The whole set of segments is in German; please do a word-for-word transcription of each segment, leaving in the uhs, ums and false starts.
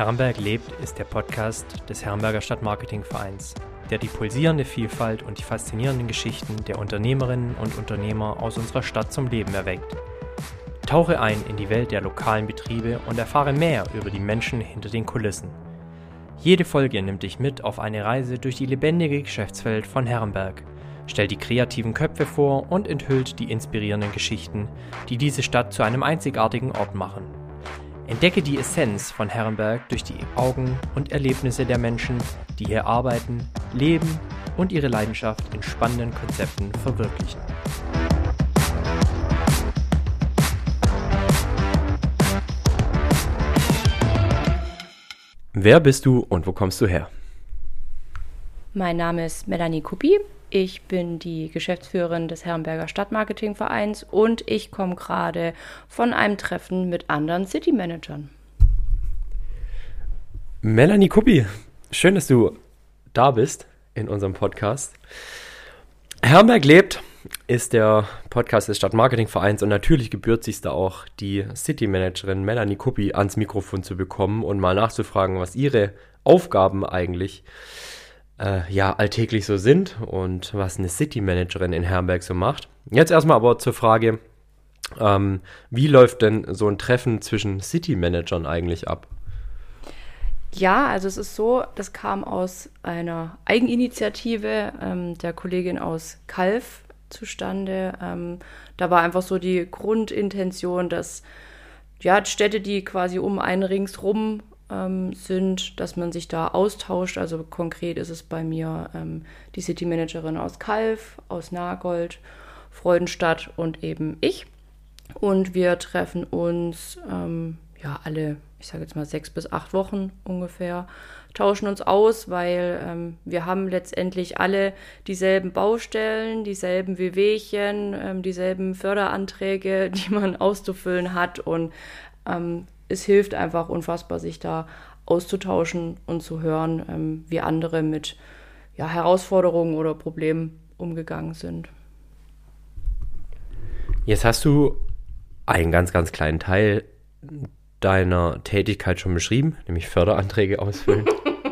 Herrenberg lebt ist der Podcast des Herrenberger Stadtmarketingvereins, der die pulsierende Vielfalt und die faszinierenden Geschichten der Unternehmerinnen und Unternehmer aus unserer Stadt zum Leben erweckt. Tauche ein in die Welt der lokalen Betriebe und erfahre mehr über die Menschen hinter den Kulissen. Jede Folge nimmt dich mit auf eine Reise durch die lebendige Geschäftswelt von Herrenberg, stellt die kreativen Köpfe vor und enthüllt die inspirierenden Geschichten, die diese Stadt zu einem einzigartigen Ort machen. Entdecke die Essenz von Herrenberg durch die Augen und Erlebnisse der Menschen, die hier arbeiten, leben und ihre Leidenschaft in spannenden Konzepten verwirklichen. Wer bist du und wo kommst du her? Mein Name ist Melanie Kuppi. Ich bin die Geschäftsführerin des Herrenberger Stadtmarketingvereins und ich komme gerade von einem Treffen mit anderen City-Managern. Melanie Kuppi, schön, dass du da bist in unserem Podcast. Herrenberg lebt ist der Podcast des Stadtmarketingvereins und natürlich gebührt sich da auch, die City-Managerin Melanie Kuppi ans Mikrofon zu bekommen und mal nachzufragen, was ihre Aufgaben eigentlich äh, ja, alltäglich so sind und was eine City-Managerin in Herrenberg so macht. Jetzt erstmal aber zur Frage, ähm, wie läuft denn so ein Treffen zwischen City-Managern eigentlich ab? Ja, also es ist so, das kam aus einer Eigeninitiative ähm, der Kollegin aus Calw zustande. Ähm, da war einfach so die Grundintention, dass ja, Städte, die quasi um einen ringsrum ähm, sind, dass man sich da austauscht. Also konkret ist es bei mir ähm, die City-Managerin aus Calw, aus Nagold, Freudenstadt und eben ich. Und wir treffen uns ähm, ja alle, ich sage jetzt mal sechs bis acht Wochen ungefähr, tauschen uns aus, weil ähm, wir haben letztendlich alle dieselben Baustellen, dieselben Wehwehchen, ähm, dieselben Förderanträge, die man auszufüllen hat und ähm, es hilft einfach unfassbar, sich da auszutauschen und zu hören, ähm, wie andere mit ja, Herausforderungen oder Problemen umgegangen sind. Jetzt hast du einen ganz, ganz kleinen Teil deiner Tätigkeit schon beschrieben, nämlich Förderanträge ausfüllen.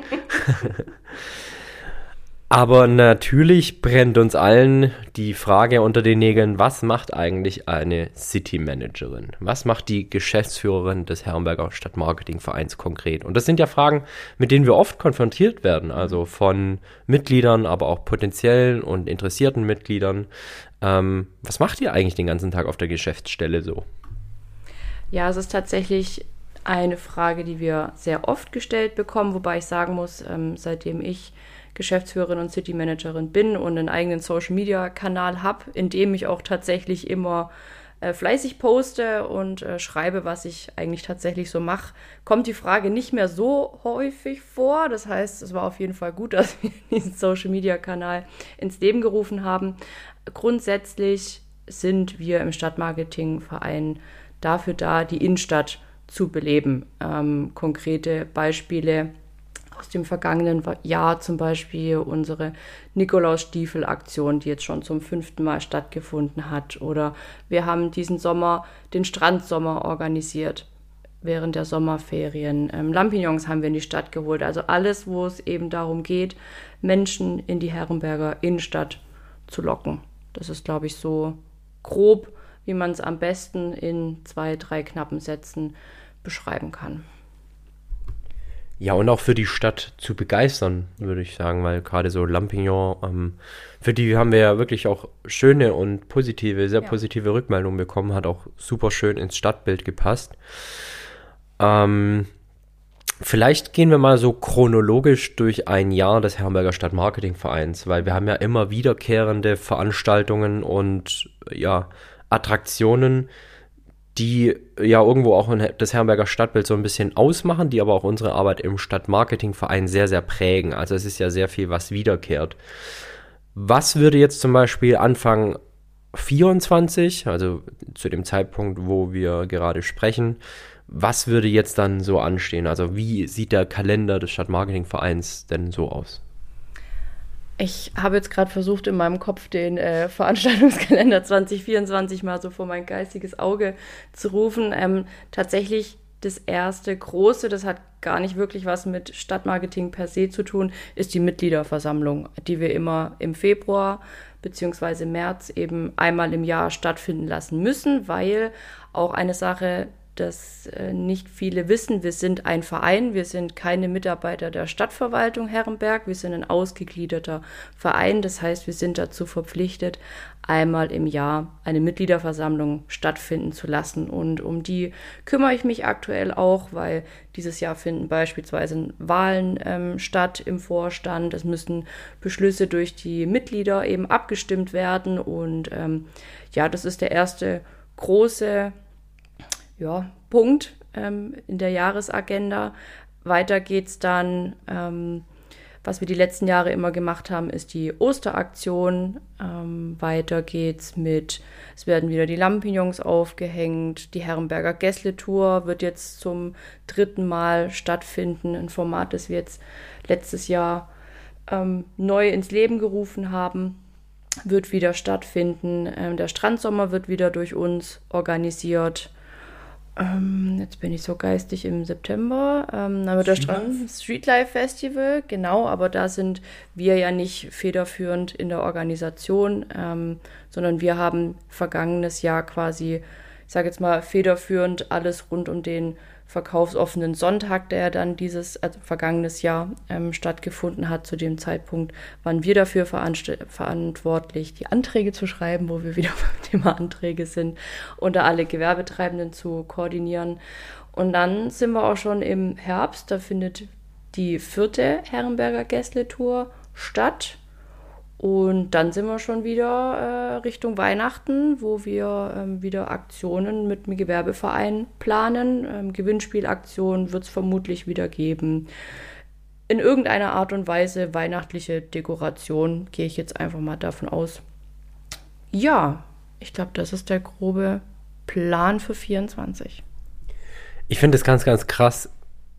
Aber natürlich brennt uns allen die Frage unter den Nägeln, was macht eigentlich eine City-Managerin? Was macht die Geschäftsführerin des Herrenberger Stadtmarketingvereins konkret? Und das sind ja Fragen, mit denen wir oft konfrontiert werden, also von Mitgliedern, aber auch potenziellen und interessierten Mitgliedern. Ähm, was macht ihr eigentlich den ganzen Tag auf der Geschäftsstelle so? Ja, es ist tatsächlich eine Frage, die wir sehr oft gestellt bekommen, wobei ich sagen muss, ähm, seitdem ich Geschäftsführerin und City-Managerin bin und einen eigenen Social-Media-Kanal habe, in dem ich auch tatsächlich immer äh, fleißig poste und äh, schreibe, was ich eigentlich tatsächlich so mache, kommt die Frage nicht mehr so häufig vor. Das heißt, es war auf jeden Fall gut, dass wir diesen Social-Media-Kanal ins Leben gerufen haben. Grundsätzlich sind wir im Stadtmarketingverein dafür da, die Innenstadt zu beleben. Ähm, konkrete Beispiele aus dem vergangenen Jahr, zum Beispiel unsere Nikolaus-Stiefel-Aktion, die jetzt schon zum fünften Mal stattgefunden hat. Oder wir haben diesen Sommer den Strandsommer organisiert während der Sommerferien. Ähm, Lampignons haben wir in die Stadt geholt. Also alles, wo es eben darum geht, Menschen in die Herrenberger Innenstadt zu locken. Das ist, glaube ich, so grob, wie man es am besten in zwei, drei knappen Sätzen beschreiben kann. Ja, und auch für die Stadt zu begeistern, würde ich sagen, weil gerade so Lampignon, ähm, für die haben wir ja wirklich auch schöne und positive, sehr ja. positive Rückmeldungen bekommen, hat auch super schön ins Stadtbild gepasst. Ähm, vielleicht gehen wir mal so chronologisch durch ein Jahr des Herrenberger Stadtmarketingvereins, weil wir haben ja immer wiederkehrende Veranstaltungen und ja, Attraktionen, die ja irgendwo auch das Herrenberger Stadtbild so ein bisschen ausmachen, die aber auch unsere Arbeit im Stadtmarketingverein sehr, sehr prägen. Also es ist ja sehr viel, was wiederkehrt. Was würde jetzt zum Beispiel Anfang vierundzwanzig, also zu dem Zeitpunkt, wo wir gerade sprechen, was würde jetzt dann so anstehen? Also wie sieht der Kalender des Stadtmarketingvereins denn so aus? Ich habe jetzt gerade versucht, in meinem Kopf den äh, Veranstaltungskalender zwanzig vierundzwanzig mal so vor mein geistiges Auge zu rufen. Ähm, tatsächlich das erste große, das hat gar nicht wirklich was mit Stadtmarketing per se zu tun, ist die Mitgliederversammlung, die wir immer im Februar bzw. März eben einmal im Jahr stattfinden lassen müssen, weil auch eine Sache, das äh, nicht viele wissen, wir sind ein Verein, wir sind keine Mitarbeiter der Stadtverwaltung Herrenberg, wir sind ein ausgegliederter Verein, das heißt, wir sind dazu verpflichtet, einmal im Jahr eine Mitgliederversammlung stattfinden zu lassen und um die kümmere ich mich aktuell auch, weil dieses Jahr finden beispielsweise Wahlen ähm, statt im Vorstand, es müssen Beschlüsse durch die Mitglieder eben abgestimmt werden und ähm, ja, das ist der erste große Ja, Punkt ähm, in der Jahresagenda. Weiter geht's dann, ähm, was wir die letzten Jahre immer gemacht haben, ist die Osteraktion. Ähm, weiter geht's mit, es werden wieder die Lampignons aufgehängt. Die Herrenberger Gästle-Tour wird jetzt zum dritten Mal stattfinden. Ein Format, das wir jetzt letztes Jahr ähm, neu ins Leben gerufen haben, wird wieder stattfinden. Ähm, der Strandsommer wird wieder durch uns organisiert. Ähm, jetzt bin ich so geistig im September. Ähm, dann wird der Strand Streetlife Festival, genau, aber da sind wir ja nicht federführend in der Organisation, ähm, sondern wir haben vergangenes Jahr quasi, ich sage jetzt mal, federführend alles rund um den verkaufsoffenen Sonntag, der dann dieses, also vergangenes Jahr ähm, stattgefunden hat. Zu dem Zeitpunkt waren wir dafür veranst- verantwortlich, die Anträge zu schreiben, wo wir wieder beim Thema Anträge sind, und da alle Gewerbetreibenden zu koordinieren. Und dann sind wir auch schon im Herbst, da findet die vierte Herrenberger Gästle-Tour statt. Und dann sind wir schon wieder äh, Richtung Weihnachten, wo wir ähm, wieder Aktionen mit dem Gewerbeverein planen. Ähm, Gewinnspielaktionen wird es vermutlich wieder geben. In irgendeiner Art und Weise weihnachtliche Dekoration, gehe ich jetzt einfach mal davon aus. Ja, ich glaube, das ist der grobe Plan für vierundzwanzig. Ich finde es ganz, ganz krass,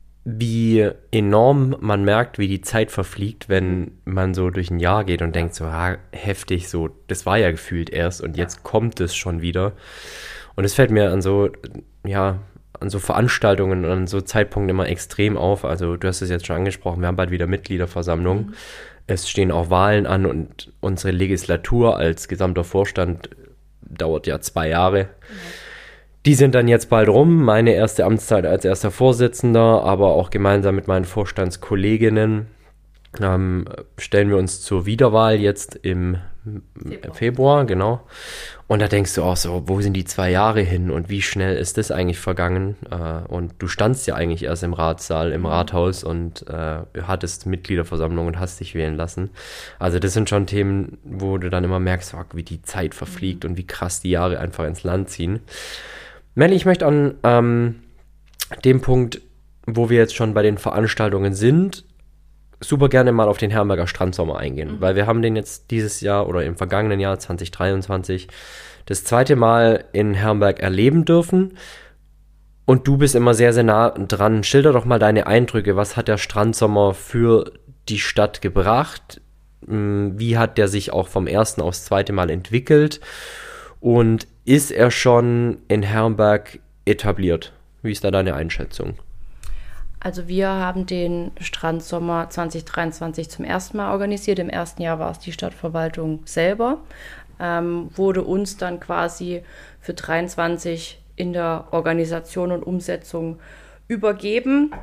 wie enorm man merkt, wie die Zeit verfliegt, wenn man so durch ein Jahr geht und denkt so, ah, heftig, so, das war ja gefühlt erst und jetzt kommt es schon wieder. Und es fällt mir an so, ja, an so Veranstaltungen und an so Zeitpunkten immer extrem auf. Also du hast es jetzt schon angesprochen, wir haben bald wieder Mitgliederversammlung. Mhm. Es stehen auch Wahlen an und unsere Legislatur als gesamter Vorstand dauert ja zwei Jahre. Mhm. Die sind dann jetzt bald rum, meine erste Amtszeit als erster Vorsitzender, aber auch gemeinsam mit meinen Vorstandskolleginnen ähm, stellen wir uns zur Wiederwahl jetzt im Februar. Februar, genau. Und da denkst du auch so, wo sind die zwei Jahre hin und wie schnell ist das eigentlich vergangen? Äh, und du standst ja eigentlich erst im Ratssaal, im Rathaus und äh, hattest Mitgliederversammlung und hast dich wählen lassen. Also das sind schon Themen, wo du dann immer merkst, oh, wie die Zeit verfliegt mhm. und wie krass die Jahre einfach ins Land ziehen. Melli, ich möchte an ähm, dem Punkt, wo wir jetzt schon bei den Veranstaltungen sind, super gerne mal auf den Herrenberger Strandsommer eingehen, mhm. weil wir haben den jetzt dieses Jahr oder im vergangenen Jahr zwanzig dreiundzwanzig das zweite Mal in Herrenberg erleben dürfen und du bist immer sehr, sehr nah dran. Schilder doch mal deine Eindrücke, was hat der Strandsommer für die Stadt gebracht, wie hat der sich auch vom ersten aufs zweite Mal entwickelt und ist er schon in Herrenberg etabliert? Wie ist da deine Einschätzung? Also wir haben den Strandsommer zwanzig dreiundzwanzig zum ersten Mal organisiert. Im ersten Jahr war es die Stadtverwaltung selber. Ähm, wurde uns dann quasi für dreiundzwanzig in der Organisation und Umsetzung übergeben.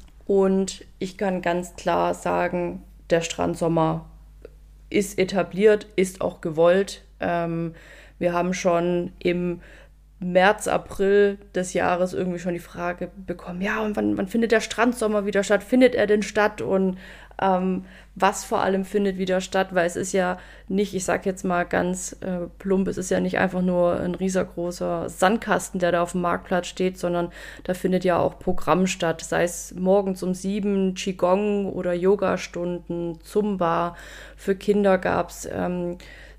Und ich kann ganz klar sagen, der Strandsommer ist etabliert, ist auch gewollt. Ähm, Wir haben schon im März, April des Jahres irgendwie schon die Frage bekommen, ja, und wann, wann findet der Strandsommer wieder statt? Findet er denn statt? Und ähm, was vor allem findet wieder statt? Weil es ist ja nicht, ich sag jetzt mal ganz äh, plump, es ist ja nicht einfach nur ein riesengroßer Sandkasten, der da auf dem Marktplatz steht, sondern da findet ja auch Programm statt, sei es morgens um sieben Qigong oder Yogastunden, Zumba, für Kinder gab es ähm,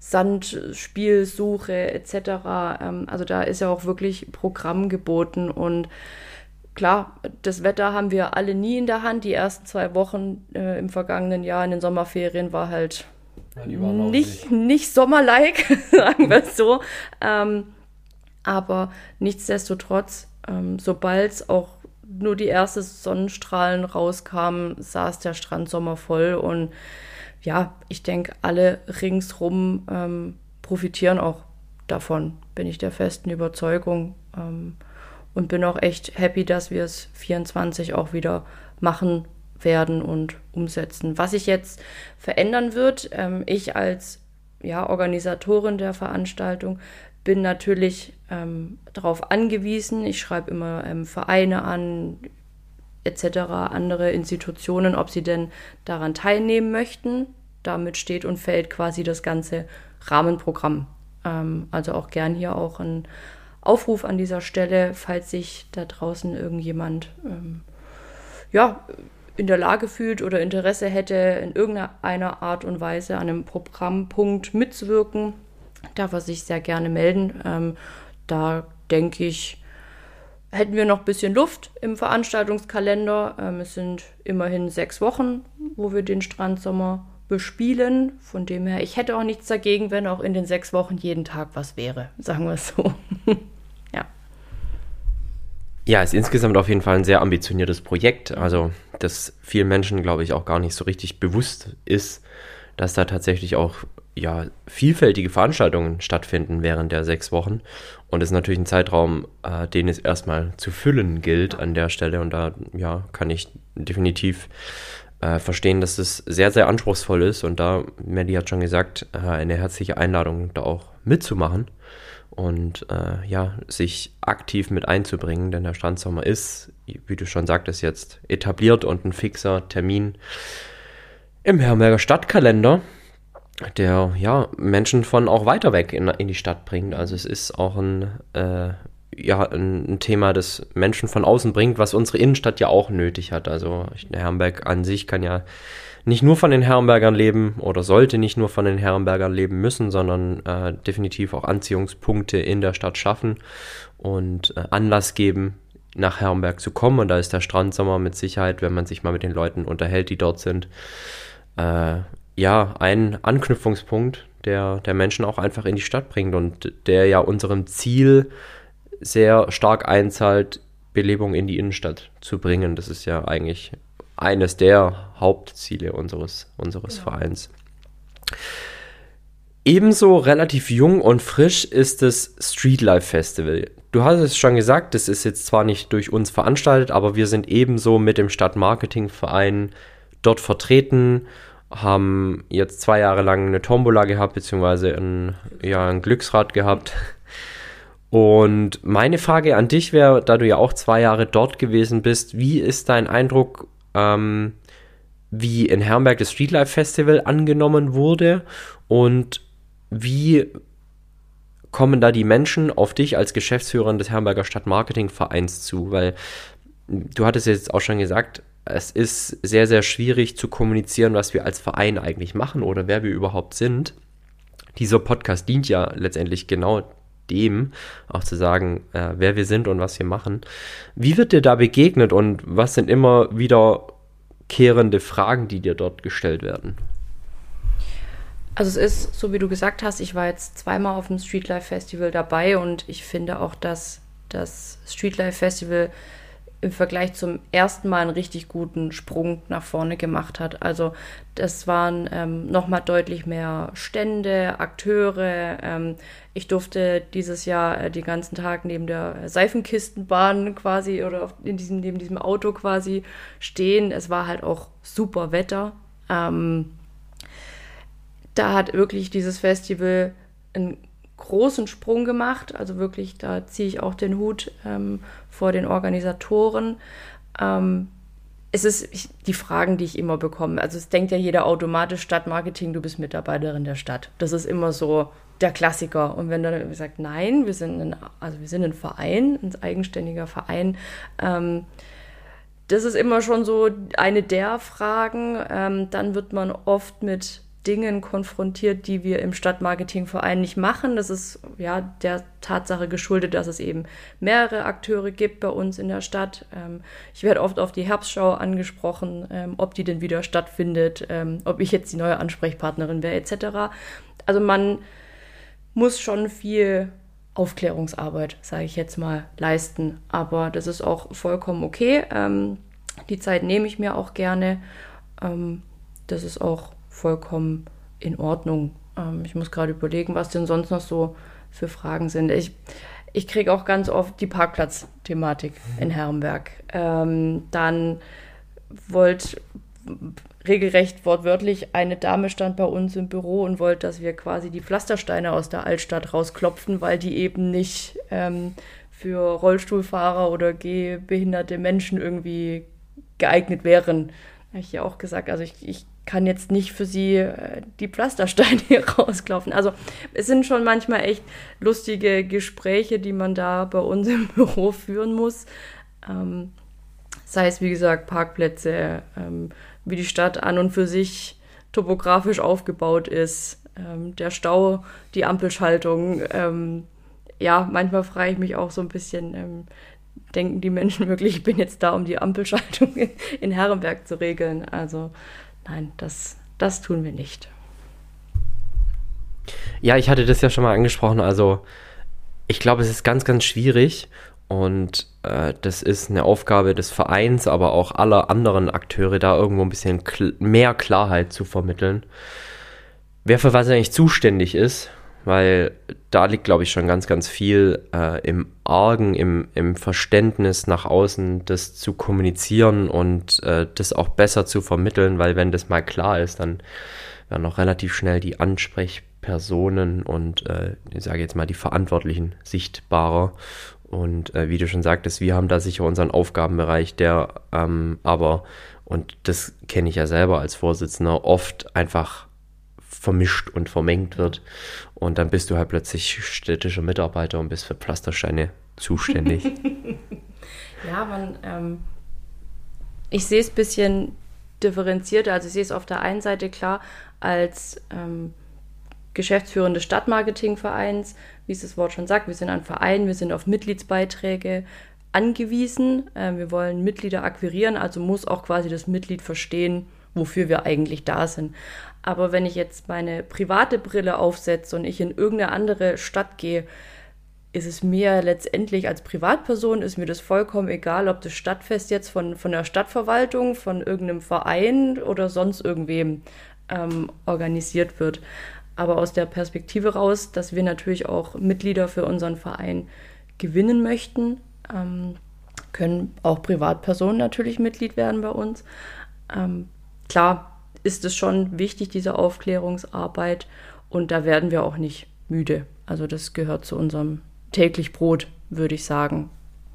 Sandspielsuche et cetera. Ähm, also da ist ja auch wirklich Programm geboten und klar, das Wetter haben wir alle nie in der Hand. Die ersten zwei Wochen äh, im vergangenen Jahr in den Sommerferien war halt ja, nicht, nicht sommerlike, sagen wir es so. Ähm, aber nichtsdestotrotz, ähm, sobald es auch nur die ersten Sonnenstrahlen rauskamen, saß der Strandsommer voll. Und ja, ich denke, alle ringsrum ähm, profitieren auch davon, bin ich der festen Überzeugung. Ähm, und bin auch echt happy, dass wir es vierundzwanzig auch wieder machen werden und umsetzen. Was sich jetzt verändern wird, ähm, ich als ja, Organisatorin der Veranstaltung bin natürlich ähm, darauf angewiesen. Ich schreibe immer ähm, Vereine an, et cetera, andere Institutionen, ob sie denn daran teilnehmen möchten. Damit steht und fällt quasi das ganze Rahmenprogramm. Ähm, also auch gern hier auch ein Aufruf an dieser Stelle, falls sich da draußen irgendjemand ähm, ja, in der Lage fühlt oder Interesse hätte, in irgendeiner Art und Weise an einem Programmpunkt mitzuwirken, darf er sich sehr gerne melden. Ähm, da denke ich, hätten wir noch ein bisschen Luft im Veranstaltungskalender. Ähm, es sind immerhin sechs Wochen, wo wir den Strandsommer bespielen. Von dem her, ich hätte auch nichts dagegen, wenn auch in den sechs Wochen jeden Tag was wäre, sagen wir es so. Ja. Ja, ist insgesamt auf jeden Fall ein sehr ambitioniertes Projekt. Also, dass vielen Menschen, glaube ich, auch gar nicht so richtig bewusst ist, dass da tatsächlich auch ja, vielfältige Veranstaltungen stattfinden während der sechs Wochen. Und es ist natürlich ein Zeitraum, äh, den es erstmal zu füllen gilt an der Stelle. Und da ja, kann ich definitiv äh, verstehen, dass es sehr, sehr anspruchsvoll ist. Und da, Melli hat schon gesagt, äh, eine herzliche Einladung, da auch mitzumachen und äh, ja, sich aktiv mit einzubringen. Denn der Strandsommer ist, wie du schon sagtest, jetzt etabliert und ein fixer Termin im Herrenberger Stadtkalender, der ja Menschen von auch weiter weg in, in die Stadt bringt. Also es ist auch ein, äh, ja, ein, ein Thema, das Menschen von außen bringt, was unsere Innenstadt ja auch nötig hat. Also Herrenberg an sich kann ja nicht nur von den Herrenbergern leben oder sollte nicht nur von den Herrenbergern leben müssen, sondern äh, definitiv auch Anziehungspunkte in der Stadt schaffen und äh, Anlass geben, nach Herrenberg zu kommen. Und da ist der Strandsommer mit Sicherheit, wenn man sich mal mit den Leuten unterhält, die dort sind, äh, ja, ein Anknüpfungspunkt, der, der Menschen auch einfach in die Stadt bringt und der ja unserem Ziel sehr stark einzahlt, Belebung in die Innenstadt zu bringen. Das ist ja eigentlich eines der Hauptziele unseres, unseres genau. Vereins. Ebenso relativ jung und frisch ist das Streetlife Festival. Du hast es schon gesagt, das ist jetzt zwar nicht durch uns veranstaltet, aber wir sind ebenso mit dem Stadtmarketingverein dort vertreten, haben jetzt zwei Jahre lang eine Tombola gehabt, beziehungsweise ein, ja, ein Glücksrad gehabt. Und meine Frage an dich wäre, da du ja auch zwei Jahre dort gewesen bist, wie ist dein Eindruck, ähm, wie in Herrenberg das Streetlife Festival angenommen wurde und wie kommen da die Menschen auf dich als Geschäftsführerin des Herrenberger Stadtmarketingvereins zu? Weil du hattest jetzt auch schon gesagt, es ist sehr, sehr schwierig zu kommunizieren, was wir als Verein eigentlich machen oder wer wir überhaupt sind. Dieser Podcast dient ja letztendlich genau dem, auch zu sagen, äh, wer wir sind und was wir machen. Wie wird dir da begegnet und was sind immer wiederkehrende Fragen, die dir dort gestellt werden? Also es ist, so wie du gesagt hast, ich war jetzt zweimal auf dem Streetlife Festival dabei und ich finde auch, dass das Streetlife Festival im Vergleich zum ersten Mal einen richtig guten Sprung nach vorne gemacht hat. Also das waren ähm, nochmal deutlich mehr Stände, Akteure. Ähm, ich durfte dieses Jahr äh, den ganzen Tag neben der Seifenkistenbahn quasi oder auf, in diesem, neben diesem Auto quasi stehen. Es war halt auch super Wetter. Ähm, da hat wirklich dieses Festival einen großen Sprung gemacht, also wirklich, da ziehe ich auch den Hut ähm, vor den Organisatoren. Ähm, es ist ich, die Fragen, die ich immer bekomme, also es denkt ja jeder automatisch, Stadtmarketing, du bist Mitarbeiterin der Stadt. Das ist immer so der Klassiker. Und wenn dann sagt, nein, wir sind ein, also wir sind ein Verein, ein eigenständiger Verein, ähm, das ist immer schon so eine der Fragen. Ähm, dann wird man oft mit Dingen konfrontiert, die wir im Stadtmarketingverein nicht machen. Das ist ja der Tatsache geschuldet, dass es eben mehrere Akteure gibt bei uns in der Stadt. Ähm, ich werde oft auf die Herbstschau angesprochen, ähm, ob die denn wieder stattfindet, ähm, ob ich jetzt die neue Ansprechpartnerin wäre, et cetera. Also man muss schon viel Aufklärungsarbeit, sage ich jetzt mal, leisten. Aber das ist auch vollkommen okay. Ähm, die Zeit nehme ich mir auch gerne. Ähm, das ist auch vollkommen in Ordnung. Ähm, ich muss gerade überlegen, was denn sonst noch so für Fragen sind. Ich, ich kriege auch ganz oft die Parkplatzthematik in Herrenberg. Ähm, dann wollte regelrecht wortwörtlich eine Dame stand bei uns im Büro und wollte, dass wir quasi die Pflastersteine aus der Altstadt rausklopfen, weil die eben nicht ähm, für Rollstuhlfahrer oder gehbehinderte Menschen irgendwie geeignet wären. Da habe ich ja auch gesagt, also ich, ich kann jetzt nicht für sie äh, die Pflastersteine hier rausklopfen. Also es sind schon manchmal echt lustige Gespräche, die man da bei uns im Büro führen muss. Ähm, sei es, wie gesagt, Parkplätze, ähm, wie die Stadt an und für sich topografisch aufgebaut ist, ähm, der Stau, die Ampelschaltung. Ähm, ja, manchmal frage ich mich auch so ein bisschen, ähm, denken die Menschen wirklich, ich bin jetzt da, um die Ampelschaltung in, in Herrenberg zu regeln. Also nein, das, das tun wir nicht. Ja, ich hatte das ja schon mal angesprochen. Also ich glaube, es ist ganz, ganz schwierig. Und äh, das ist eine Aufgabe des Vereins, aber auch aller anderen Akteure, da irgendwo ein bisschen kl- mehr Klarheit zu vermitteln, wer für was eigentlich zuständig ist, weil da liegt, glaube ich, schon ganz, ganz viel äh, im Argen, im, im Verständnis nach außen, das zu kommunizieren und äh, das auch besser zu vermitteln, weil wenn das mal klar ist, dann werden auch relativ schnell die Ansprechpersonen und äh, ich sage jetzt mal die Verantwortlichen sichtbarer. Und äh, wie du schon sagtest, wir haben da sicher unseren Aufgabenbereich, der ähm, aber, und das kenne ich ja selber als Vorsitzender, oft einfach vermischt und vermengt wird. Und dann bist du halt plötzlich städtischer Mitarbeiter und bist für Pflastersteine zuständig. Ja, man, ähm, ich sehe es ein bisschen differenzierter. Also ich sehe es auf der einen Seite klar als ähm, Geschäftsführer des Stadtmarketingvereins, wie es das Wort schon sagt, wir sind ein Verein, wir sind auf Mitgliedsbeiträge angewiesen, äh, wir wollen Mitglieder akquirieren, also muss auch quasi das Mitglied verstehen, wofür wir eigentlich da sind. Aber wenn ich jetzt meine private Brille aufsetze und ich in irgendeine andere Stadt gehe, ist es mir letztendlich als Privatperson, ist mir das vollkommen egal, ob das Stadtfest jetzt von, von der Stadtverwaltung, von irgendeinem Verein oder sonst irgendwem ähm, organisiert wird. Aber aus der Perspektive raus, dass wir natürlich auch Mitglieder für unseren Verein gewinnen möchten, ähm, können auch Privatpersonen natürlich Mitglied werden bei uns. Ähm, klar ist es schon wichtig, diese Aufklärungsarbeit, und da werden wir auch nicht müde. Also das gehört zu unserem täglich Brot, würde ich sagen.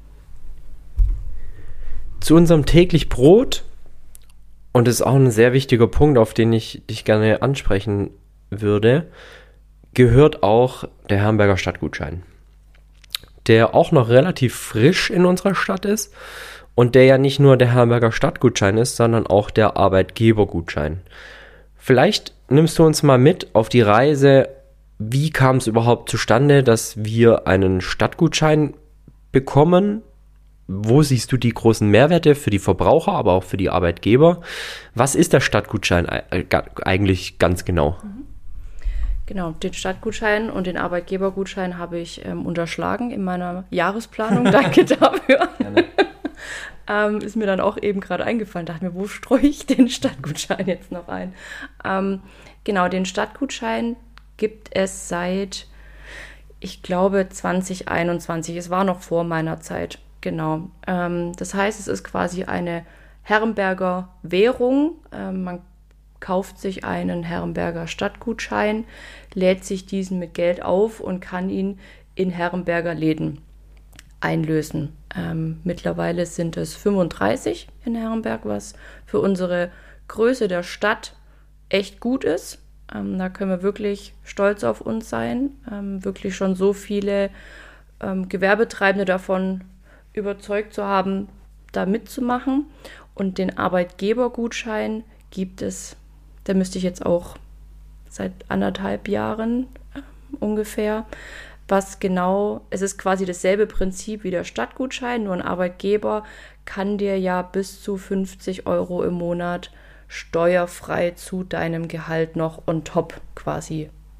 Zu unserem täglich Brot, und das ist auch ein sehr wichtiger Punkt, auf den ich dich gerne ansprechen würde, gehört auch der Herrenberger Stadtgutschein, der auch noch relativ frisch in unserer Stadt ist und der ja nicht nur der Herrenberger Stadtgutschein ist, sondern auch der Arbeitgebergutschein. Vielleicht nimmst du uns mal mit auf die Reise, wie kam es überhaupt zustande, dass wir einen Stadtgutschein bekommen? Wo siehst du die großen Mehrwerte für die Verbraucher, aber auch für die Arbeitgeber? Was ist der Stadtgutschein eigentlich ganz genau? Genau, den Stadtgutschein und den Arbeitgebergutschein habe ich ähm, unterschlagen in meiner Jahresplanung. Danke dafür. ähm, ist mir dann auch eben gerade eingefallen. Dachte mir, wo streue ich den Stadtgutschein jetzt noch ein? Ähm, genau, den Stadtgutschein gibt es seit, ich glaube, zwanzig einundzwanzig. Es war noch vor meiner Zeit. Genau. Ähm, das heißt, es ist quasi eine Herrenberger Währung. Ähm, man kauft sich einen Herrenberger Stadtgutschein, lädt sich diesen mit Geld auf und kann ihn in Herrenberger Läden einlösen. Ähm, mittlerweile sind es fünfunddreißig in Herrenberg, was für unsere Größe der Stadt echt gut ist. Ähm, da können wir wirklich stolz auf uns sein. Ähm, wirklich schon so viele ähm, Gewerbetreibende davon überzeugt zu haben, da mitzumachen. Und den Arbeitgebergutschein gibt es, da müsste ich jetzt auch seit anderthalb Jahren äh, ungefähr, was genau, es ist quasi dasselbe Prinzip wie der Stadtgutschein, nur ein Arbeitgeber kann dir ja bis zu fünfzig Euro im Monat steuerfrei zu deinem Gehalt noch on top quasi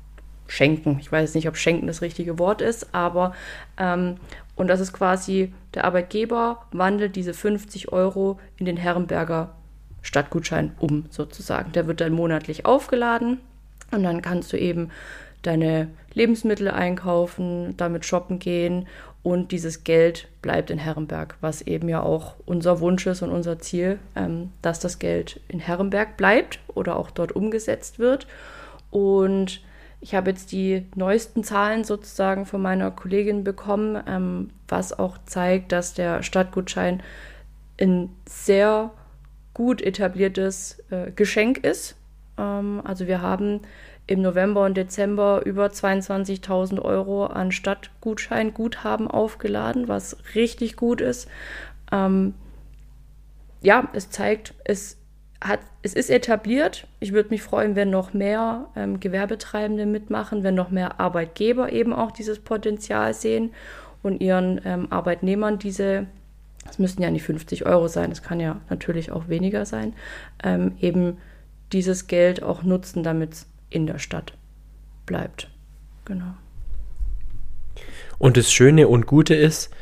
schenken. Ich weiß nicht, ob schenken das richtige Wort ist, aber ähm, und das ist quasi, der Arbeitgeber wandelt diese fünfzig Euro in den Herrenberger Stadtgutschein um, sozusagen. Der wird dann monatlich aufgeladen und dann kannst du eben deine Lebensmittel einkaufen, damit shoppen gehen und dieses Geld bleibt in Herrenberg, was eben ja auch unser Wunsch ist und unser Ziel, ähm, dass das Geld in Herrenberg bleibt oder auch dort umgesetzt wird. Und ich habe jetzt die neuesten Zahlen sozusagen von meiner Kollegin bekommen, ähm, was auch zeigt, dass der Stadtgutschein ein sehr gut etabliertes äh, Geschenk ist. Ähm, also wir haben im November und Dezember über zweiundzwanzigtausend Euro an Stadtgutschein-Guthaben aufgeladen, was richtig gut ist. Ähm, ja, es zeigt, es Hat, es ist etabliert. Ich würde mich freuen, wenn noch mehr ähm, Gewerbetreibende mitmachen, wenn noch mehr Arbeitgeber eben auch dieses Potenzial sehen und ihren ähm, Arbeitnehmern diese, es müssten ja nicht fünfzig Euro sein, es kann ja natürlich auch weniger sein, ähm, eben dieses Geld auch nutzen, damit es in der Stadt bleibt. Genau. Und das Schöne und Gute ist,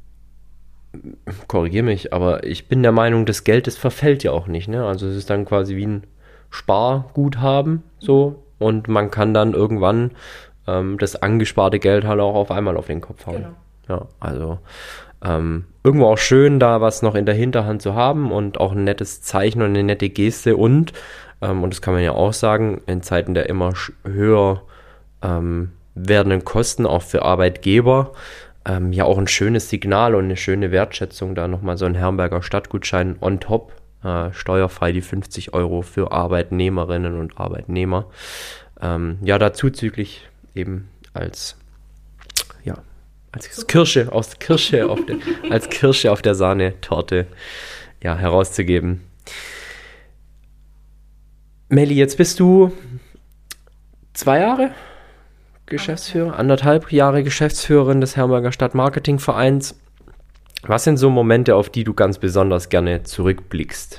korrigiere mich, aber ich bin der Meinung, das Geld, das verfällt ja auch nicht, ne? Also es ist dann quasi wie ein Sparguthaben, so, und man kann dann irgendwann ähm, das angesparte Geld halt auch auf einmal auf den Kopf hauen. Genau. Ja, also ähm, irgendwo auch schön, da was noch in der Hinterhand zu haben und auch ein nettes Zeichen und eine nette Geste und, ähm, und das kann man ja auch sagen, in Zeiten der immer höher ähm, werdenden Kosten, auch für Arbeitgeber, Ähm, ja auch ein schönes Signal und eine schöne Wertschätzung, da nochmal so ein Herrenberger Stadtgutschein on top, äh, steuerfrei die fünfzig Euro für Arbeitnehmerinnen und Arbeitnehmer. Ähm, ja, dazuzüglich eben als, ja, als Kirsche, aus Kirsche auf der, als Kirsche auf der Sahnetorte, ja, herauszugeben. Melli, jetzt bist du zwei Jahre Geschäftsführer, anderthalb Jahre Geschäftsführerin des Herrenberger Stadtmarketingvereins. Was sind so Momente, auf die du ganz besonders gerne zurückblickst?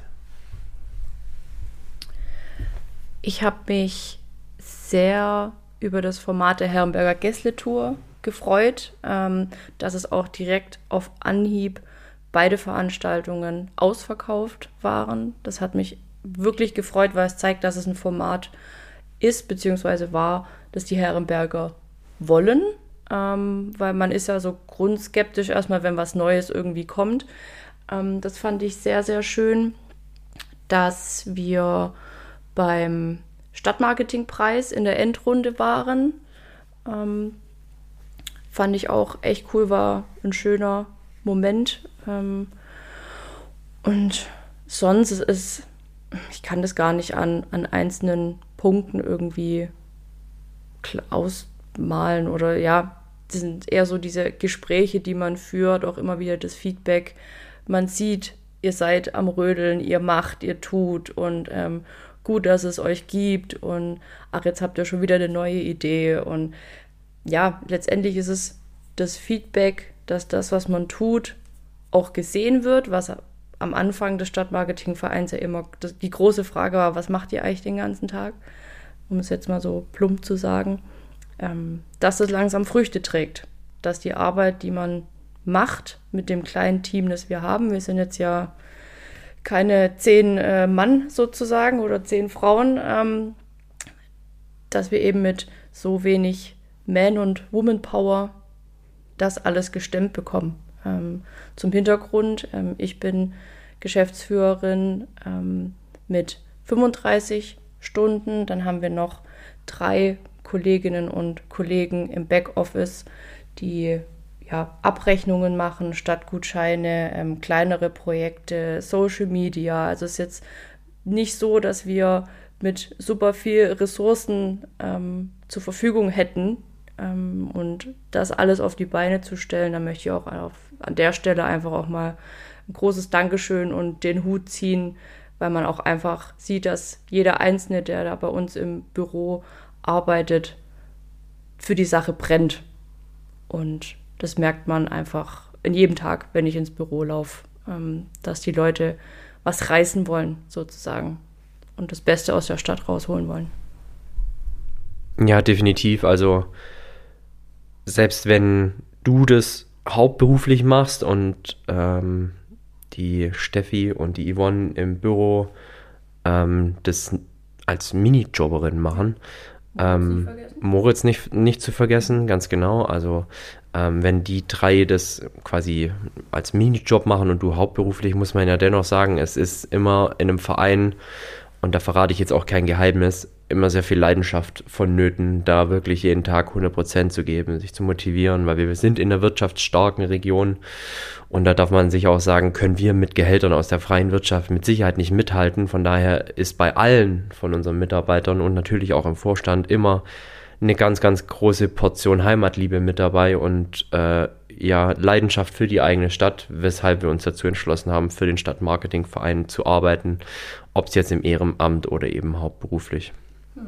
Ich habe mich sehr über das Format der Herrenberger Gästle-Tour gefreut, ähm, dass es auch direkt auf Anhieb beide Veranstaltungen ausverkauft waren. Das hat mich wirklich gefreut, weil es zeigt, dass es ein Format ist, beziehungsweise war, dass die Herrenberger wollen, ähm, weil man ist ja so grundskeptisch erstmal, wenn was Neues irgendwie kommt. Ähm, das fand ich sehr, sehr schön, dass wir beim Stadtmarketingpreis in der Endrunde waren. Ähm, fand ich auch echt cool, war ein schöner Moment. Ähm, und sonst ist es, ich kann das gar nicht an, an einzelnen Punkten irgendwie ausmalen oder ja, das sind eher so diese Gespräche, die man führt, auch immer wieder das Feedback. Man sieht, ihr seid am Rödeln, ihr macht, ihr tut und ähm, gut, dass es euch gibt und ach, jetzt habt ihr schon wieder eine neue Idee und ja, letztendlich ist es das Feedback, dass das, was man tut, auch gesehen wird, was am Anfang des Stadtmarketingvereins ja immer das, die große Frage war, was macht ihr eigentlich den ganzen Tag? Um es jetzt mal so plump zu sagen, ähm, dass es langsam Früchte trägt, dass die Arbeit, die man macht mit dem kleinen Team, das wir haben, wir sind jetzt ja keine zehn äh, Mann sozusagen oder zehn Frauen, ähm, dass wir eben mit so wenig Man- und Woman-Power das alles gestemmt bekommen. Ähm, zum Hintergrund, ähm, ich bin Geschäftsführerin ähm, mit fünfunddreißig Stunden, dann haben wir noch drei Kolleginnen und Kollegen im Backoffice, die ja, Abrechnungen machen, Stadtgutscheine, ähm, kleinere Projekte, Social Media. Also es ist jetzt nicht so, dass wir mit super viel Ressourcen ähm, zur Verfügung hätten. Ähm, und das alles auf die Beine zu stellen, da möchte ich auch auf, an der Stelle einfach auch mal ein großes Dankeschön und den Hut ziehen, weil man auch einfach sieht, dass jeder Einzelne, der da bei uns im Büro arbeitet, für die Sache brennt. Und das merkt man einfach in jedem Tag, wenn ich ins Büro laufe, ähm, dass die Leute was reißen wollen, sozusagen, und das Beste aus der Stadt rausholen wollen. Ja, definitiv. Also selbst wenn du das hauptberuflich machst und ähm, die Steffi und die Yvonne im Büro ähm, das als Minijobberin machen, ähm, Moritz nicht, nicht zu vergessen, ganz genau. Also ähm, wenn die drei das quasi als Minijob machen und du hauptberuflich, muss man ja dennoch sagen, es ist immer in einem Verein, und da verrate ich jetzt auch kein Geheimnis, immer sehr viel Leidenschaft vonnöten, da wirklich jeden Tag hundert Prozent zu geben, sich zu motivieren, weil wir sind in einer wirtschaftsstarken Region und da darf man sich auch sagen, können wir mit Gehältern aus der freien Wirtschaft mit Sicherheit nicht mithalten. Von daher ist bei allen von unseren Mitarbeitern und natürlich auch im Vorstand immer eine ganz, ganz große Portion Heimatliebe mit dabei und äh, ja, Leidenschaft für die eigene Stadt, weshalb wir uns dazu entschlossen haben, für den Stadtmarketingverein zu arbeiten, ob es jetzt im Ehrenamt oder eben hauptberuflich. Hm.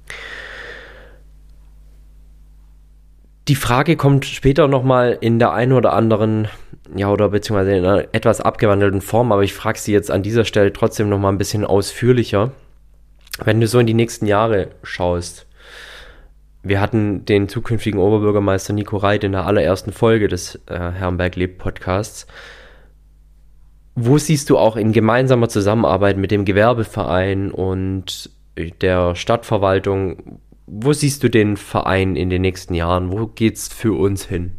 Die Frage kommt später nochmal in der einen oder anderen, ja, oder beziehungsweise in einer etwas abgewandelten Form, aber ich frage sie jetzt an dieser Stelle trotzdem nochmal ein bisschen ausführlicher. Wenn du so in die nächsten Jahre schaust, wir hatten den zukünftigen Oberbürgermeister Nico Reit in der allerersten Folge des äh, Herrenberg lebt Podcasts. Wo siehst du auch in gemeinsamer Zusammenarbeit mit dem Gewerbeverein und der Stadtverwaltung, wo siehst du den Verein in den nächsten Jahren? Wo geht's für uns hin?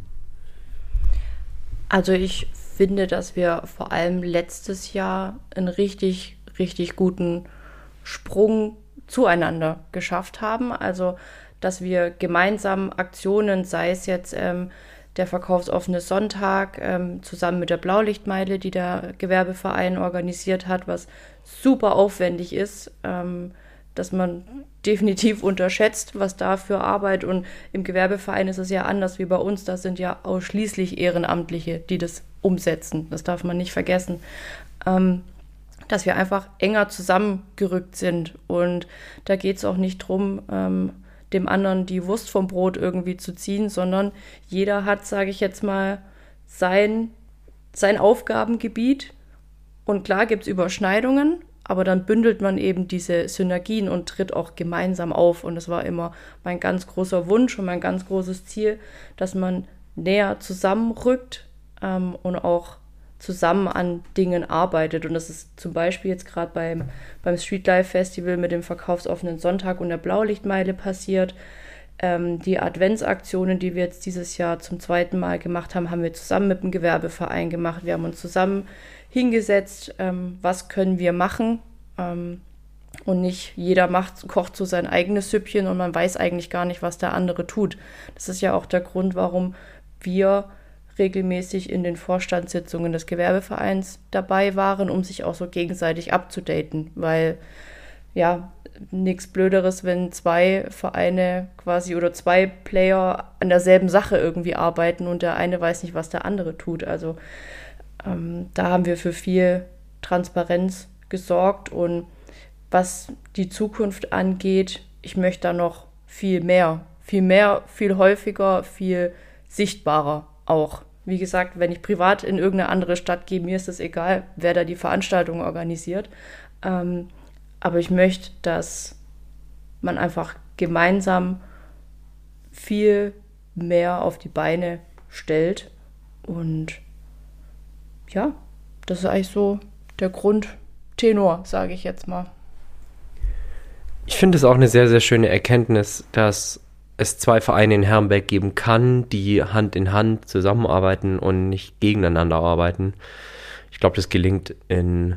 Also ich finde, dass wir vor allem letztes Jahr einen richtig, richtig guten Sprung zueinander geschafft haben. Also dass wir gemeinsam Aktionen, sei es jetzt ähm, der verkaufsoffene Sonntag, ähm, zusammen mit der Blaulichtmeile, die der Gewerbeverein organisiert hat, was super aufwendig ist, ähm, dass man definitiv unterschätzt, was da für Arbeit, und im Gewerbeverein ist es ja anders wie bei uns, da sind ja ausschließlich Ehrenamtliche, die das umsetzen, das darf man nicht vergessen, ähm, dass wir einfach enger zusammengerückt sind, und da geht es auch nicht drum, ähm, dem anderen die Wurst vom Brot irgendwie zu ziehen, sondern jeder hat, sage ich jetzt mal, sein, sein Aufgabengebiet, und klar gibt es Überschneidungen, aber dann bündelt man eben diese Synergien und tritt auch gemeinsam auf, und das war immer mein ganz großer Wunsch und mein ganz großes Ziel, dass man näher zusammenrückt ähm, und auch zusammen an Dingen arbeitet, und das ist zum Beispiel jetzt gerade beim, beim Streetlife Festival mit dem verkaufsoffenen Sonntag und der Blaulichtmeile passiert. Ähm, die Adventsaktionen, die wir jetzt dieses Jahr zum zweiten Mal gemacht haben, haben wir zusammen mit dem Gewerbeverein gemacht. Wir haben uns zusammen hingesetzt, ähm, was können wir machen, ähm, und nicht jeder macht, kocht so sein eigenes Süppchen und man weiß eigentlich gar nicht, was der andere tut. Das ist ja auch der Grund, warum wir regelmäßig in den Vorstandssitzungen des Gewerbevereins dabei waren, um sich auch so gegenseitig abzudaten, weil ja, nichts Blöderes, wenn zwei Vereine quasi oder zwei Player an derselben Sache irgendwie arbeiten und der eine weiß nicht, was der andere tut. Also ähm, da haben wir für viel Transparenz gesorgt, und was die Zukunft angeht, ich möchte da noch viel mehr, viel mehr, viel häufiger, viel sichtbarer auch. Wie gesagt, wenn ich privat in irgendeine andere Stadt gehe, mir ist es egal, wer da die Veranstaltung organisiert. Ähm, aber ich möchte, dass man einfach gemeinsam viel mehr auf die Beine stellt. Und ja, das ist eigentlich so der Grundtenor, sage ich jetzt mal. Ich finde es auch eine sehr, sehr schöne Erkenntnis, dass es zwei Vereine in Herrenberg geben kann, die Hand in Hand zusammenarbeiten und nicht gegeneinander arbeiten. Ich glaube, das gelingt in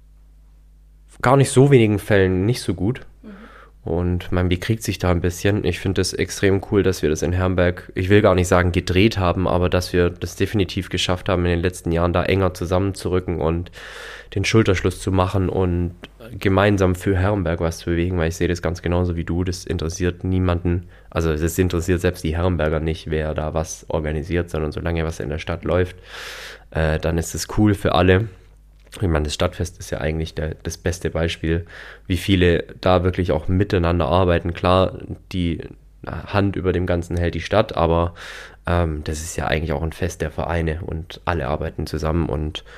gar nicht so wenigen Fällen nicht so gut. Mhm. Und man bekriegt sich da ein bisschen. Ich finde es extrem cool, dass wir das in Herrenberg, ich will gar nicht sagen gedreht haben, aber dass wir das definitiv geschafft haben, in den letzten Jahren da enger zusammenzurücken und den Schulterschluss zu machen und gemeinsam für Herrenberg was zu bewegen, weil ich sehe das ganz genauso wie du. Das interessiert niemanden, also es interessiert selbst die Herrenberger nicht, wer da was organisiert, sondern solange was in der Stadt läuft, äh, dann ist es cool für alle. Ich meine, das Stadtfest ist ja eigentlich der, das beste Beispiel, wie viele da wirklich auch miteinander arbeiten. Klar, die Hand über dem Ganzen hält die Stadt, aber ähm, das ist ja eigentlich auch ein Fest der Vereine und alle arbeiten zusammen und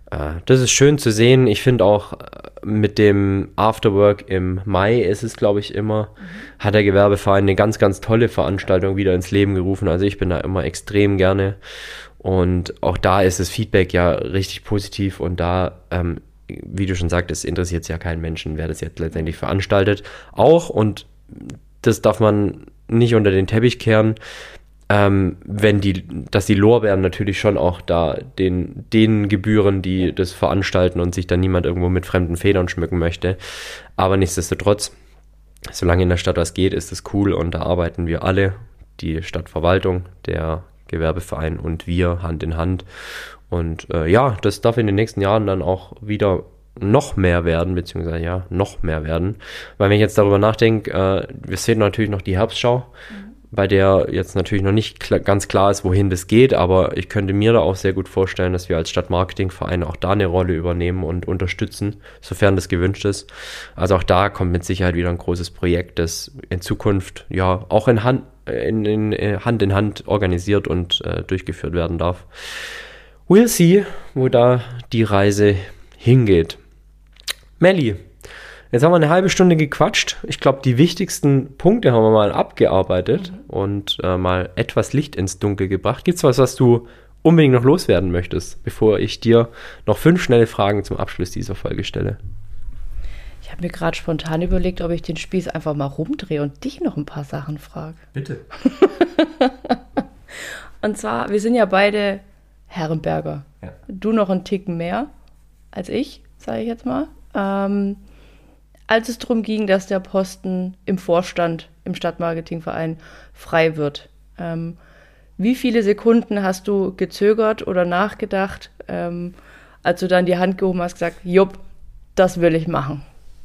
äh, das ist schön zu sehen. Ich finde auch mit dem Afterwork im Mai ist es, glaube ich, immer, mhm. hat der Gewerbeverein eine ganz, ganz tolle Veranstaltung wieder ins Leben gerufen. Also ich bin da immer extrem gerne. Und auch da ist das Feedback ja richtig positiv und da, ähm, wie du schon sagtest, interessiert es ja keinen Menschen, wer das jetzt letztendlich veranstaltet. Auch, und das darf man nicht unter den Teppich kehren, ähm, wenn die, dass die Lorbeeren natürlich schon auch da den, denen gebühren, die das veranstalten und sich dann niemand irgendwo mit fremden Federn schmücken möchte. Aber nichtsdestotrotz, solange in der Stadt was geht, ist es cool und da arbeiten wir alle, die Stadtverwaltung, der Gewerbeverein und wir Hand in Hand. Und äh, ja, das darf in den nächsten Jahren dann auch wieder noch mehr werden, beziehungsweise ja, noch mehr werden. Weil wenn ich jetzt darüber nachdenke, äh, wir sehen natürlich noch die Herbstschau, mhm. bei der jetzt natürlich noch nicht kl- ganz klar ist, wohin das geht, aber ich könnte mir da auch sehr gut vorstellen, dass wir als Stadtmarketingverein auch da eine Rolle übernehmen und unterstützen, sofern das gewünscht ist. Also auch da kommt mit Sicherheit wieder ein großes Projekt, das in Zukunft ja auch in Hand, in, in, Hand in Hand organisiert und äh, durchgeführt werden darf. We'll see, wo da die Reise hingeht. Melli, jetzt haben wir eine halbe Stunde gequatscht. Ich glaube, die wichtigsten Punkte haben wir mal abgearbeitet mhm. und äh, mal etwas Licht ins Dunkel gebracht. Gibt es was, was du unbedingt noch loswerden möchtest, bevor ich dir noch fünf schnelle Fragen zum Abschluss dieser Folge stelle? Ich habe mir gerade spontan überlegt, ob ich den Spieß einfach mal rumdrehe und dich noch ein paar Sachen frage. Bitte. Und zwar, wir sind ja beide Herrenberger. Ja. Du noch einen Ticken mehr als ich, sage ich jetzt mal. Ähm, als es darum ging, dass der Posten im Vorstand im Stadtmarketingverein frei wird. Ähm, wie viele Sekunden hast du gezögert oder nachgedacht, ähm, als du dann die Hand gehoben hast, gesagt, jupp, das will ich machen?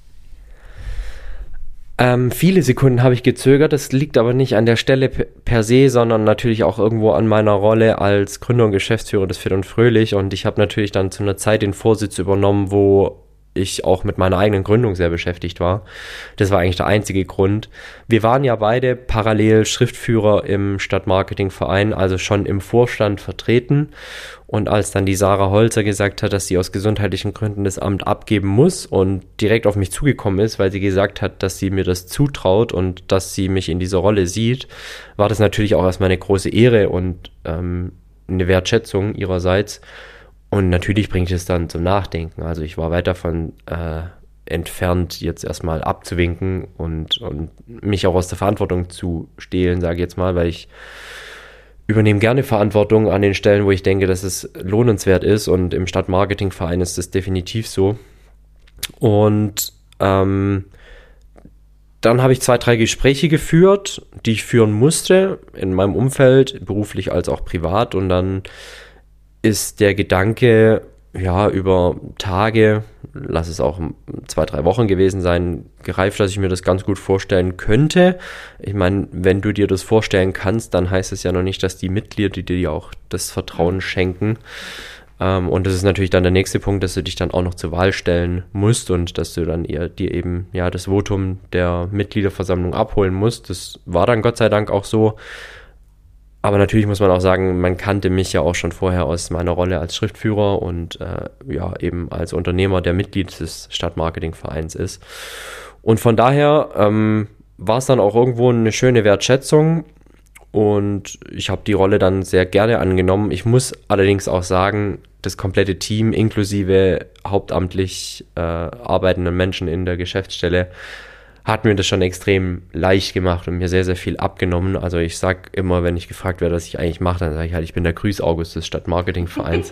Ähm, viele Sekunden habe ich gezögert, das liegt aber nicht an der Stelle per, per se, sondern natürlich auch irgendwo an meiner Rolle als Gründer und Geschäftsführer des Fit und Fröhlich, und ich habe natürlich dann zu einer Zeit den Vorsitz übernommen, wo ich auch mit meiner eigenen Gründung sehr beschäftigt war. Das war eigentlich der einzige Grund. Wir waren ja beide parallel Schriftführer im Stadtmarketingverein, also schon im Vorstand vertreten. Und als dann die Sarah Holzer gesagt hat, dass sie aus gesundheitlichen Gründen das Amt abgeben muss und direkt auf mich zugekommen ist, weil sie gesagt hat, dass sie mir das zutraut und dass sie mich in dieser Rolle sieht, war das natürlich auch erstmal eine große Ehre und ähm, eine Wertschätzung ihrerseits. Und natürlich bringt es dann zum Nachdenken. Also ich war weit davon äh, entfernt, jetzt erstmal abzuwinken und, und mich auch aus der Verantwortung zu stehlen, sage ich jetzt mal, weil ich übernehme gerne Verantwortung an den Stellen, wo ich denke, dass es lohnenswert ist, und im Stadtmarketingverein ist das definitiv so. Und ähm, dann habe ich zwei, drei Gespräche geführt, die ich führen musste, in meinem Umfeld, beruflich als auch privat, und dann ist der Gedanke, ja, über Tage, lass es auch zwei, drei Wochen gewesen sein, gereift, dass ich mir das ganz gut vorstellen könnte. Ich meine, wenn du dir das vorstellen kannst, dann heißt es ja noch nicht, dass die Mitglieder dir auch das Vertrauen schenken. Ähm, und das ist natürlich dann der nächste Punkt, dass du dich dann auch noch zur Wahl stellen musst und dass du dann eher dir eben ja das Votum der Mitgliederversammlung abholen musst. Das war dann Gott sei Dank auch so. Aber natürlich muss man auch sagen, man kannte mich ja auch schon vorher aus meiner Rolle als Schriftführer und äh, ja eben als Unternehmer, der Mitglied des Stadtmarketingvereins ist. Und von daher ähm, war es dann auch irgendwo eine schöne Wertschätzung, und ich habe die Rolle dann sehr gerne angenommen. Ich muss allerdings auch sagen, das komplette Team inklusive hauptamtlich äh, arbeitenden Menschen in der Geschäftsstelle hat mir das schon extrem leicht gemacht und mir sehr, sehr viel abgenommen. Also ich sag immer, wenn ich gefragt werde, was ich eigentlich mache, dann sage ich halt, ich bin der Grüß-August des Stadtmarketingvereins.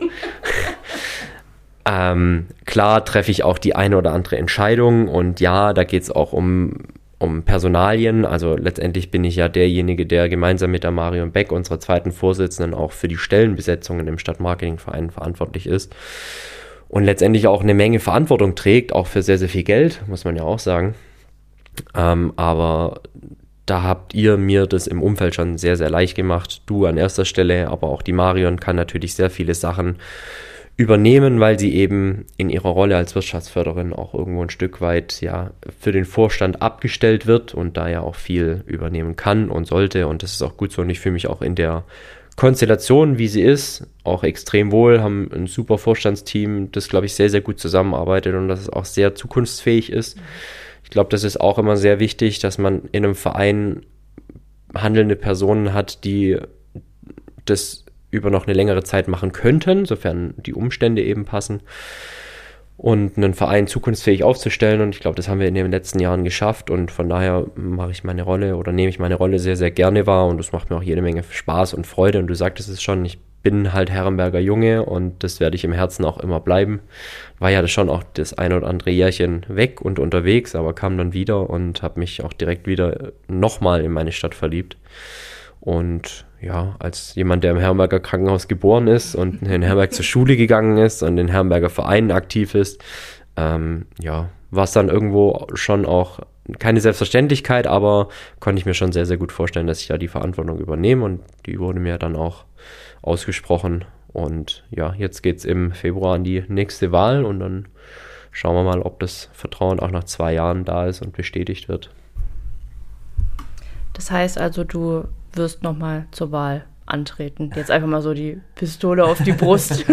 ähm, klar treffe ich auch die eine oder andere Entscheidung, und ja, da geht es auch um, um Personalien. Also letztendlich bin ich ja derjenige, der gemeinsam mit der Marion Beck, unserer zweiten Vorsitzenden, auch für die Stellenbesetzungen im Stadtmarketingverein verantwortlich ist und letztendlich auch eine Menge Verantwortung trägt, auch für sehr, sehr viel Geld, muss man ja auch sagen. Ähm, aber da habt ihr mir das im Umfeld schon sehr, sehr leicht gemacht. Du an erster Stelle, aber auch die Marion kann natürlich sehr viele Sachen übernehmen, weil sie eben in ihrer Rolle als Wirtschaftsförderin auch irgendwo ein Stück weit ja für den Vorstand abgestellt wird und da ja auch viel übernehmen kann und sollte, und das ist auch gut so, und ich fühle mich auch in der Konstellation, wie sie ist, auch extrem wohl, haben ein super Vorstandsteam, das, glaube ich, sehr, sehr gut zusammenarbeitet und das es auch sehr zukunftsfähig ist. Ich glaube, das ist auch immer sehr wichtig, dass man in einem Verein handelnde Personen hat, die das über noch eine längere Zeit machen könnten, sofern die Umstände eben passen, und einen Verein zukunftsfähig aufzustellen. Und ich glaube, das haben wir in den letzten Jahren geschafft und von daher mache ich meine Rolle oder nehme ich meine Rolle sehr, sehr gerne wahr und das macht mir auch jede Menge Spaß und Freude. Und du sagtest es schon, ich bin halt Herrenberger Junge und das werde ich im Herzen auch immer bleiben. War ja schon auch das ein oder andere Jährchen weg und unterwegs, aber kam dann wieder und habe mich auch direkt wieder nochmal in meine Stadt verliebt. Und ja, als jemand, der im Herrenberger Krankenhaus geboren ist und in Herrenberg zur Schule gegangen ist und in Herrenberger Vereinen aktiv ist, ähm, ja, war es dann irgendwo schon auch keine Selbstverständlichkeit, aber konnte ich mir schon sehr, sehr gut vorstellen, dass ich da die Verantwortung übernehme und die wurde mir dann auch ausgesprochen. Und ja, jetzt geht es im Februar an die nächste Wahl und dann schauen wir mal, ob das Vertrauen auch nach zwei Jahren da ist und bestätigt wird. Das heißt also, du wirst nochmal zur Wahl antreten. Jetzt einfach mal so die Pistole auf die Brust.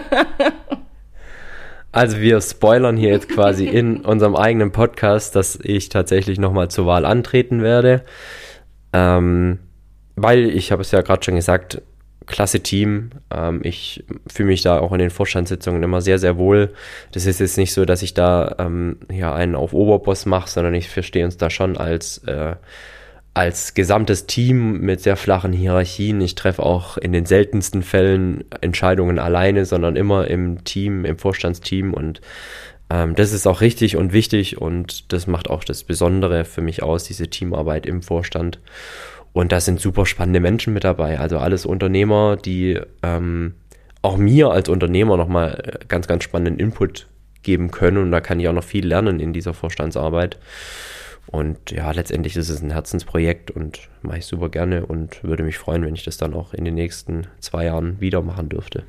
Also wir spoilern hier jetzt quasi in unserem eigenen Podcast, dass ich tatsächlich nochmal zur Wahl antreten werde. Ähm, weil, ich habe es ja gerade schon gesagt, klasse Team. Ähm, ich fühle mich da auch in den Vorstandssitzungen immer sehr, sehr wohl. Das ist jetzt nicht so, dass ich da ähm, ja einen auf Oberboss mache, sondern ich verstehe uns da schon als äh, als gesamtes Team mit sehr flachen Hierarchien. Ich treffe auch in den seltensten Fällen Entscheidungen alleine, sondern immer im Team, im Vorstandsteam und ähm, das ist auch richtig und wichtig und das macht auch das Besondere für mich aus, diese Teamarbeit im Vorstand. Und da sind super spannende Menschen mit dabei, also alles Unternehmer, die ähm, auch mir als Unternehmer nochmal ganz, ganz spannenden Input geben können und da kann ich auch noch viel lernen in dieser Vorstandsarbeit. Und ja, letztendlich ist es ein Herzensprojekt und mache ich super gerne und würde mich freuen, wenn ich das dann auch in den nächsten zwei Jahren wieder machen dürfte.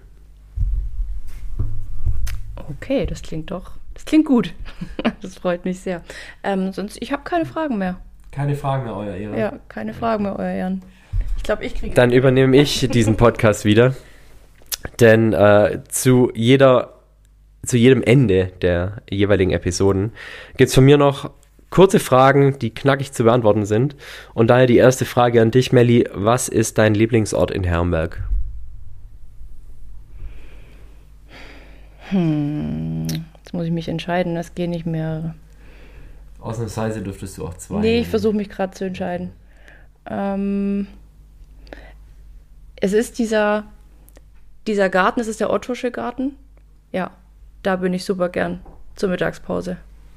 Okay, das klingt doch, das klingt gut. Das freut mich sehr. Ähm, sonst, ich habe keine Fragen mehr. Keine Fragen mehr, Euer Ehren. Ja, keine Fragen mehr, Euer Ehren. Ich glaube, ich kriege... Dann übernehme ich diesen Podcast wieder, denn äh, zu jeder, zu jedem Ende der jeweiligen Episoden gibt es von mir noch kurze Fragen, die knackig zu beantworten sind. Und daher die erste Frage an dich, Melli. Was ist dein Lieblingsort in Herrenberg? Hm, jetzt muss ich mich entscheiden. Das gehen nicht mehr. Ausnahmsweise dürftest du auch zwei. Nee, ich versuche mich gerade zu entscheiden. Ähm, es ist dieser, dieser Garten, es ist der Ottusche Garten. Ja, da bin ich super gern zur Mittagspause.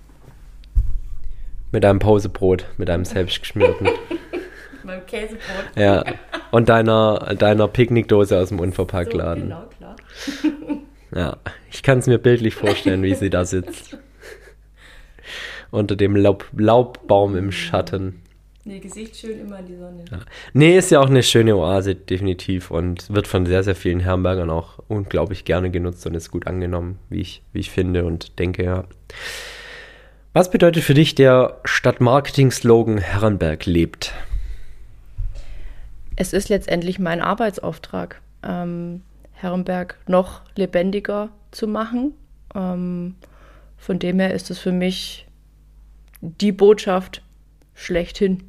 Mit einem Pausebrot, mit einem selbstgeschmierten. Mit meinem Käsebrot. Ja, und deiner, deiner Picknickdose aus dem Unverpacktladen. So, genau, klar. Ja, ich kann es mir bildlich vorstellen, wie sie da sitzt. Unter dem Laub, Laubbaum im Schatten. Nee, Gesicht schön immer in die Sonne. Ja. Nee, ist ja auch eine schöne Oase, definitiv. Und wird von sehr, sehr vielen Herrenbergern auch unglaublich gerne genutzt und ist gut angenommen, wie ich, wie ich finde und denke, ja. Was bedeutet für dich der Stadtmarketing-Slogan Herrenberg lebt? Es ist letztendlich mein Arbeitsauftrag, ähm, Herrenberg noch lebendiger zu machen. Ähm, von dem her ist es für mich die Botschaft schlechthin.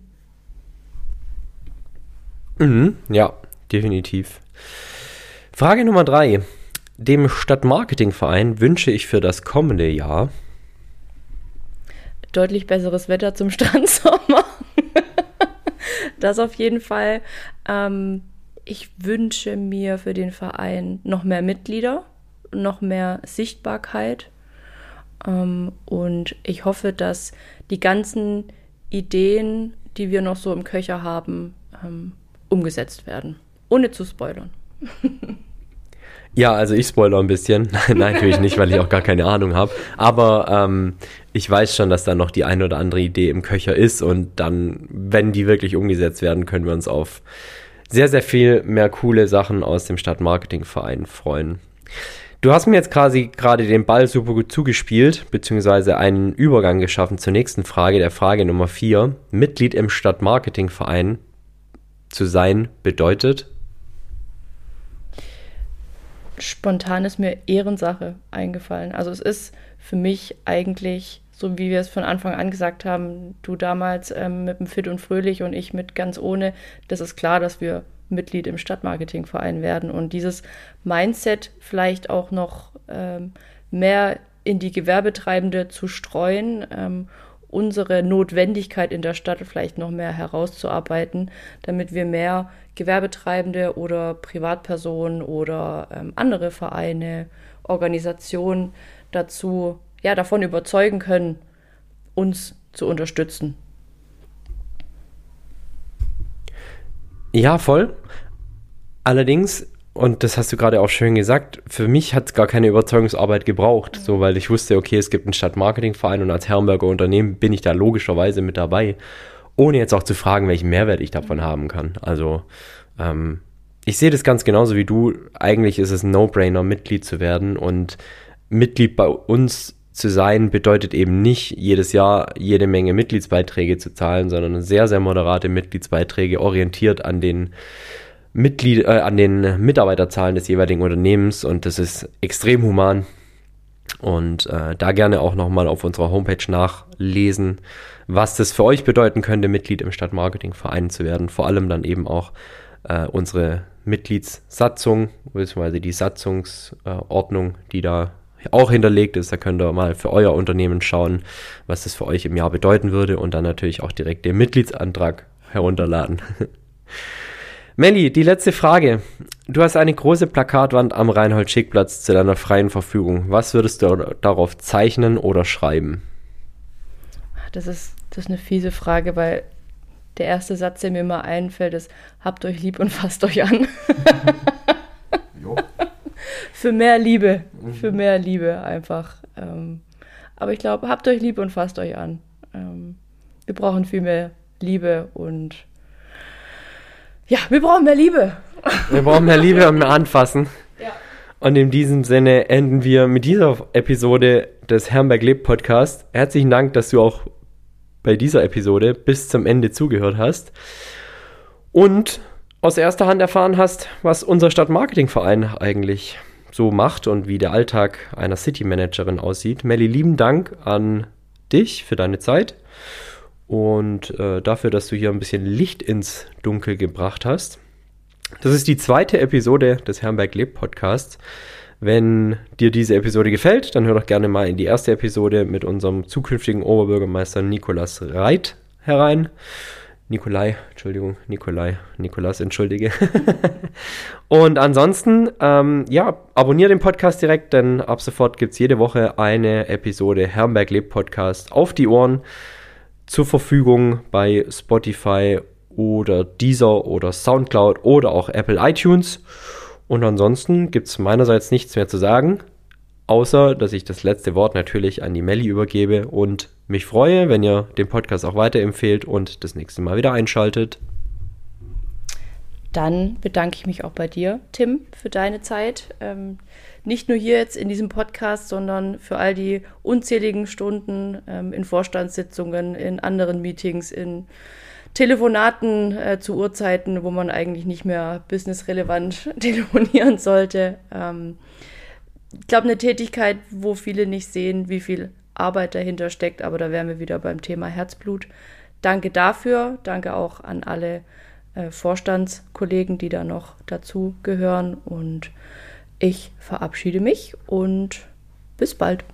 Mhm, ja, definitiv. Frage Nummer drei. Dem Stadtmarketingverein wünsche ich für das kommende Jahr deutlich besseres Wetter zum Strandsommer. Das auf jeden Fall. Ähm, ich wünsche mir für den Verein noch mehr Mitglieder, noch mehr Sichtbarkeit. Ähm, und ich hoffe, dass die ganzen Ideen, die wir noch so im Köcher haben, ähm, umgesetzt werden. Ohne zu spoilern. Ja, also ich spoilere ein bisschen. Nein, natürlich nicht, weil ich auch gar keine Ahnung habe. Aber ähm, ich weiß schon, dass da noch die eine oder andere Idee im Köcher ist. Und dann, wenn die wirklich umgesetzt werden, können wir uns auf sehr, sehr viel mehr coole Sachen aus dem Stadtmarketingverein freuen. Du hast mir jetzt quasi gerade den Ball super gut zugespielt, beziehungsweise einen Übergang geschaffen zur nächsten Frage, der Frage Nummer vier. Mitglied im Stadtmarketingverein zu sein bedeutet? Spontan ist mir Ehrensache eingefallen. Also es ist für mich eigentlich, so wie wir es von Anfang an gesagt haben, du damals ähm, mit dem Fit und Fröhlich und ich mit ganz ohne, das ist klar, dass wir Mitglied im Stadtmarketingverein werden. Und dieses Mindset vielleicht auch noch ähm, mehr in die Gewerbetreibende zu streuen, ähm, unsere Notwendigkeit in der Stadt vielleicht noch mehr herauszuarbeiten, damit wir mehr Gewerbetreibende oder Privatpersonen oder ähm, andere Vereine, Organisationen dazu, ja, davon überzeugen können, uns zu unterstützen. Ja, voll. Allerdings, und das hast du gerade auch schön gesagt, für mich hat es gar keine Überzeugungsarbeit gebraucht, so, weil ich wusste, okay, es gibt einen Stadtmarketingverein und als Herrenberger Unternehmen bin ich da logischerweise mit dabei, ohne jetzt auch zu fragen, welchen Mehrwert ich davon haben kann. Also ähm, ich sehe das ganz genauso wie du. Eigentlich ist es ein No-Brainer, Mitglied zu werden, und Mitglied bei uns zu sein bedeutet eben nicht jedes Jahr jede Menge Mitgliedsbeiträge zu zahlen, sondern sehr, sehr moderate Mitgliedsbeiträge, orientiert an den Mitglied, äh, an den Mitarbeiterzahlen des jeweiligen Unternehmens, und das ist extrem human. Und äh, da gerne auch nochmal auf unserer Homepage nachlesen, was das für euch bedeuten könnte, Mitglied im Stadtmarketingverein zu werden. Vor allem dann eben auch äh, unsere Mitgliedssatzung, beziehungsweise die Satzungsordnung, äh, die da auch hinterlegt ist. Da könnt ihr mal für euer Unternehmen schauen, was das für euch im Jahr bedeuten würde, und dann natürlich auch direkt den Mitgliedsantrag herunterladen. Melli, die letzte Frage. Du hast eine große Plakatwand am Reinhold-Schick-Platz zu deiner freien Verfügung. Was würdest du darauf zeichnen oder schreiben? Das ist, das ist eine fiese Frage, weil der erste Satz, der mir immer einfällt, ist: Habt euch lieb und fasst euch an. Jo. Für mehr Liebe, mhm. für mehr Liebe einfach. Ähm, aber ich glaube, habt euch lieb und fasst euch an. Ähm, wir brauchen viel mehr Liebe und ja, wir brauchen mehr Liebe. Wir brauchen mehr Liebe und mehr Anfassen. Ja. Und in diesem Sinne enden wir mit dieser Episode des Herrenberg lebt Podcast. Herzlichen Dank, dass du auch bei dieser Episode bis zum Ende zugehört hast und aus erster Hand erfahren hast, was unser Stadtmarketingverein eigentlich so macht und wie der Alltag einer City-Managerin aussieht. Melli, lieben Dank an dich für deine Zeit und äh, dafür, dass du hier ein bisschen Licht ins Dunkel gebracht hast. Das ist die zweite Episode des Herrenberg lebt Podcasts. Wenn dir diese Episode gefällt, dann hör doch gerne mal in die erste Episode mit unserem zukünftigen Oberbürgermeister Nikolaus Reit herein. Nikolai, Entschuldigung, Nikolai, Nikolas, entschuldige. Und ansonsten, ähm, ja, abonniere den Podcast direkt, denn ab sofort gibt es jede Woche eine Episode Herrenberg lebt Podcast auf die Ohren zur Verfügung bei Spotify oder Deezer oder Soundcloud oder auch Apple iTunes. Und ansonsten gibt es meinerseits nichts mehr zu sagen, außer dass ich das letzte Wort natürlich an die Melli übergebe und mich freue, wenn ihr den Podcast auch weiterempfehlt und das nächste Mal wieder einschaltet. Dann bedanke ich mich auch bei dir, Tim, für deine Zeit. Ähm, nicht nur hier jetzt in diesem Podcast, sondern für all die unzähligen Stunden ähm, in Vorstandssitzungen, in anderen Meetings, in Telefonaten äh, zu Uhrzeiten, wo man eigentlich nicht mehr businessrelevant telefonieren sollte. Ähm, ich glaube, eine Tätigkeit, wo viele nicht sehen, wie viel Arbeit dahinter steckt, aber da wären wir wieder beim Thema Herzblut. Danke dafür, danke auch an alle äh, Vorstandskollegen, die da noch dazu gehören, und ich verabschiede mich und bis bald.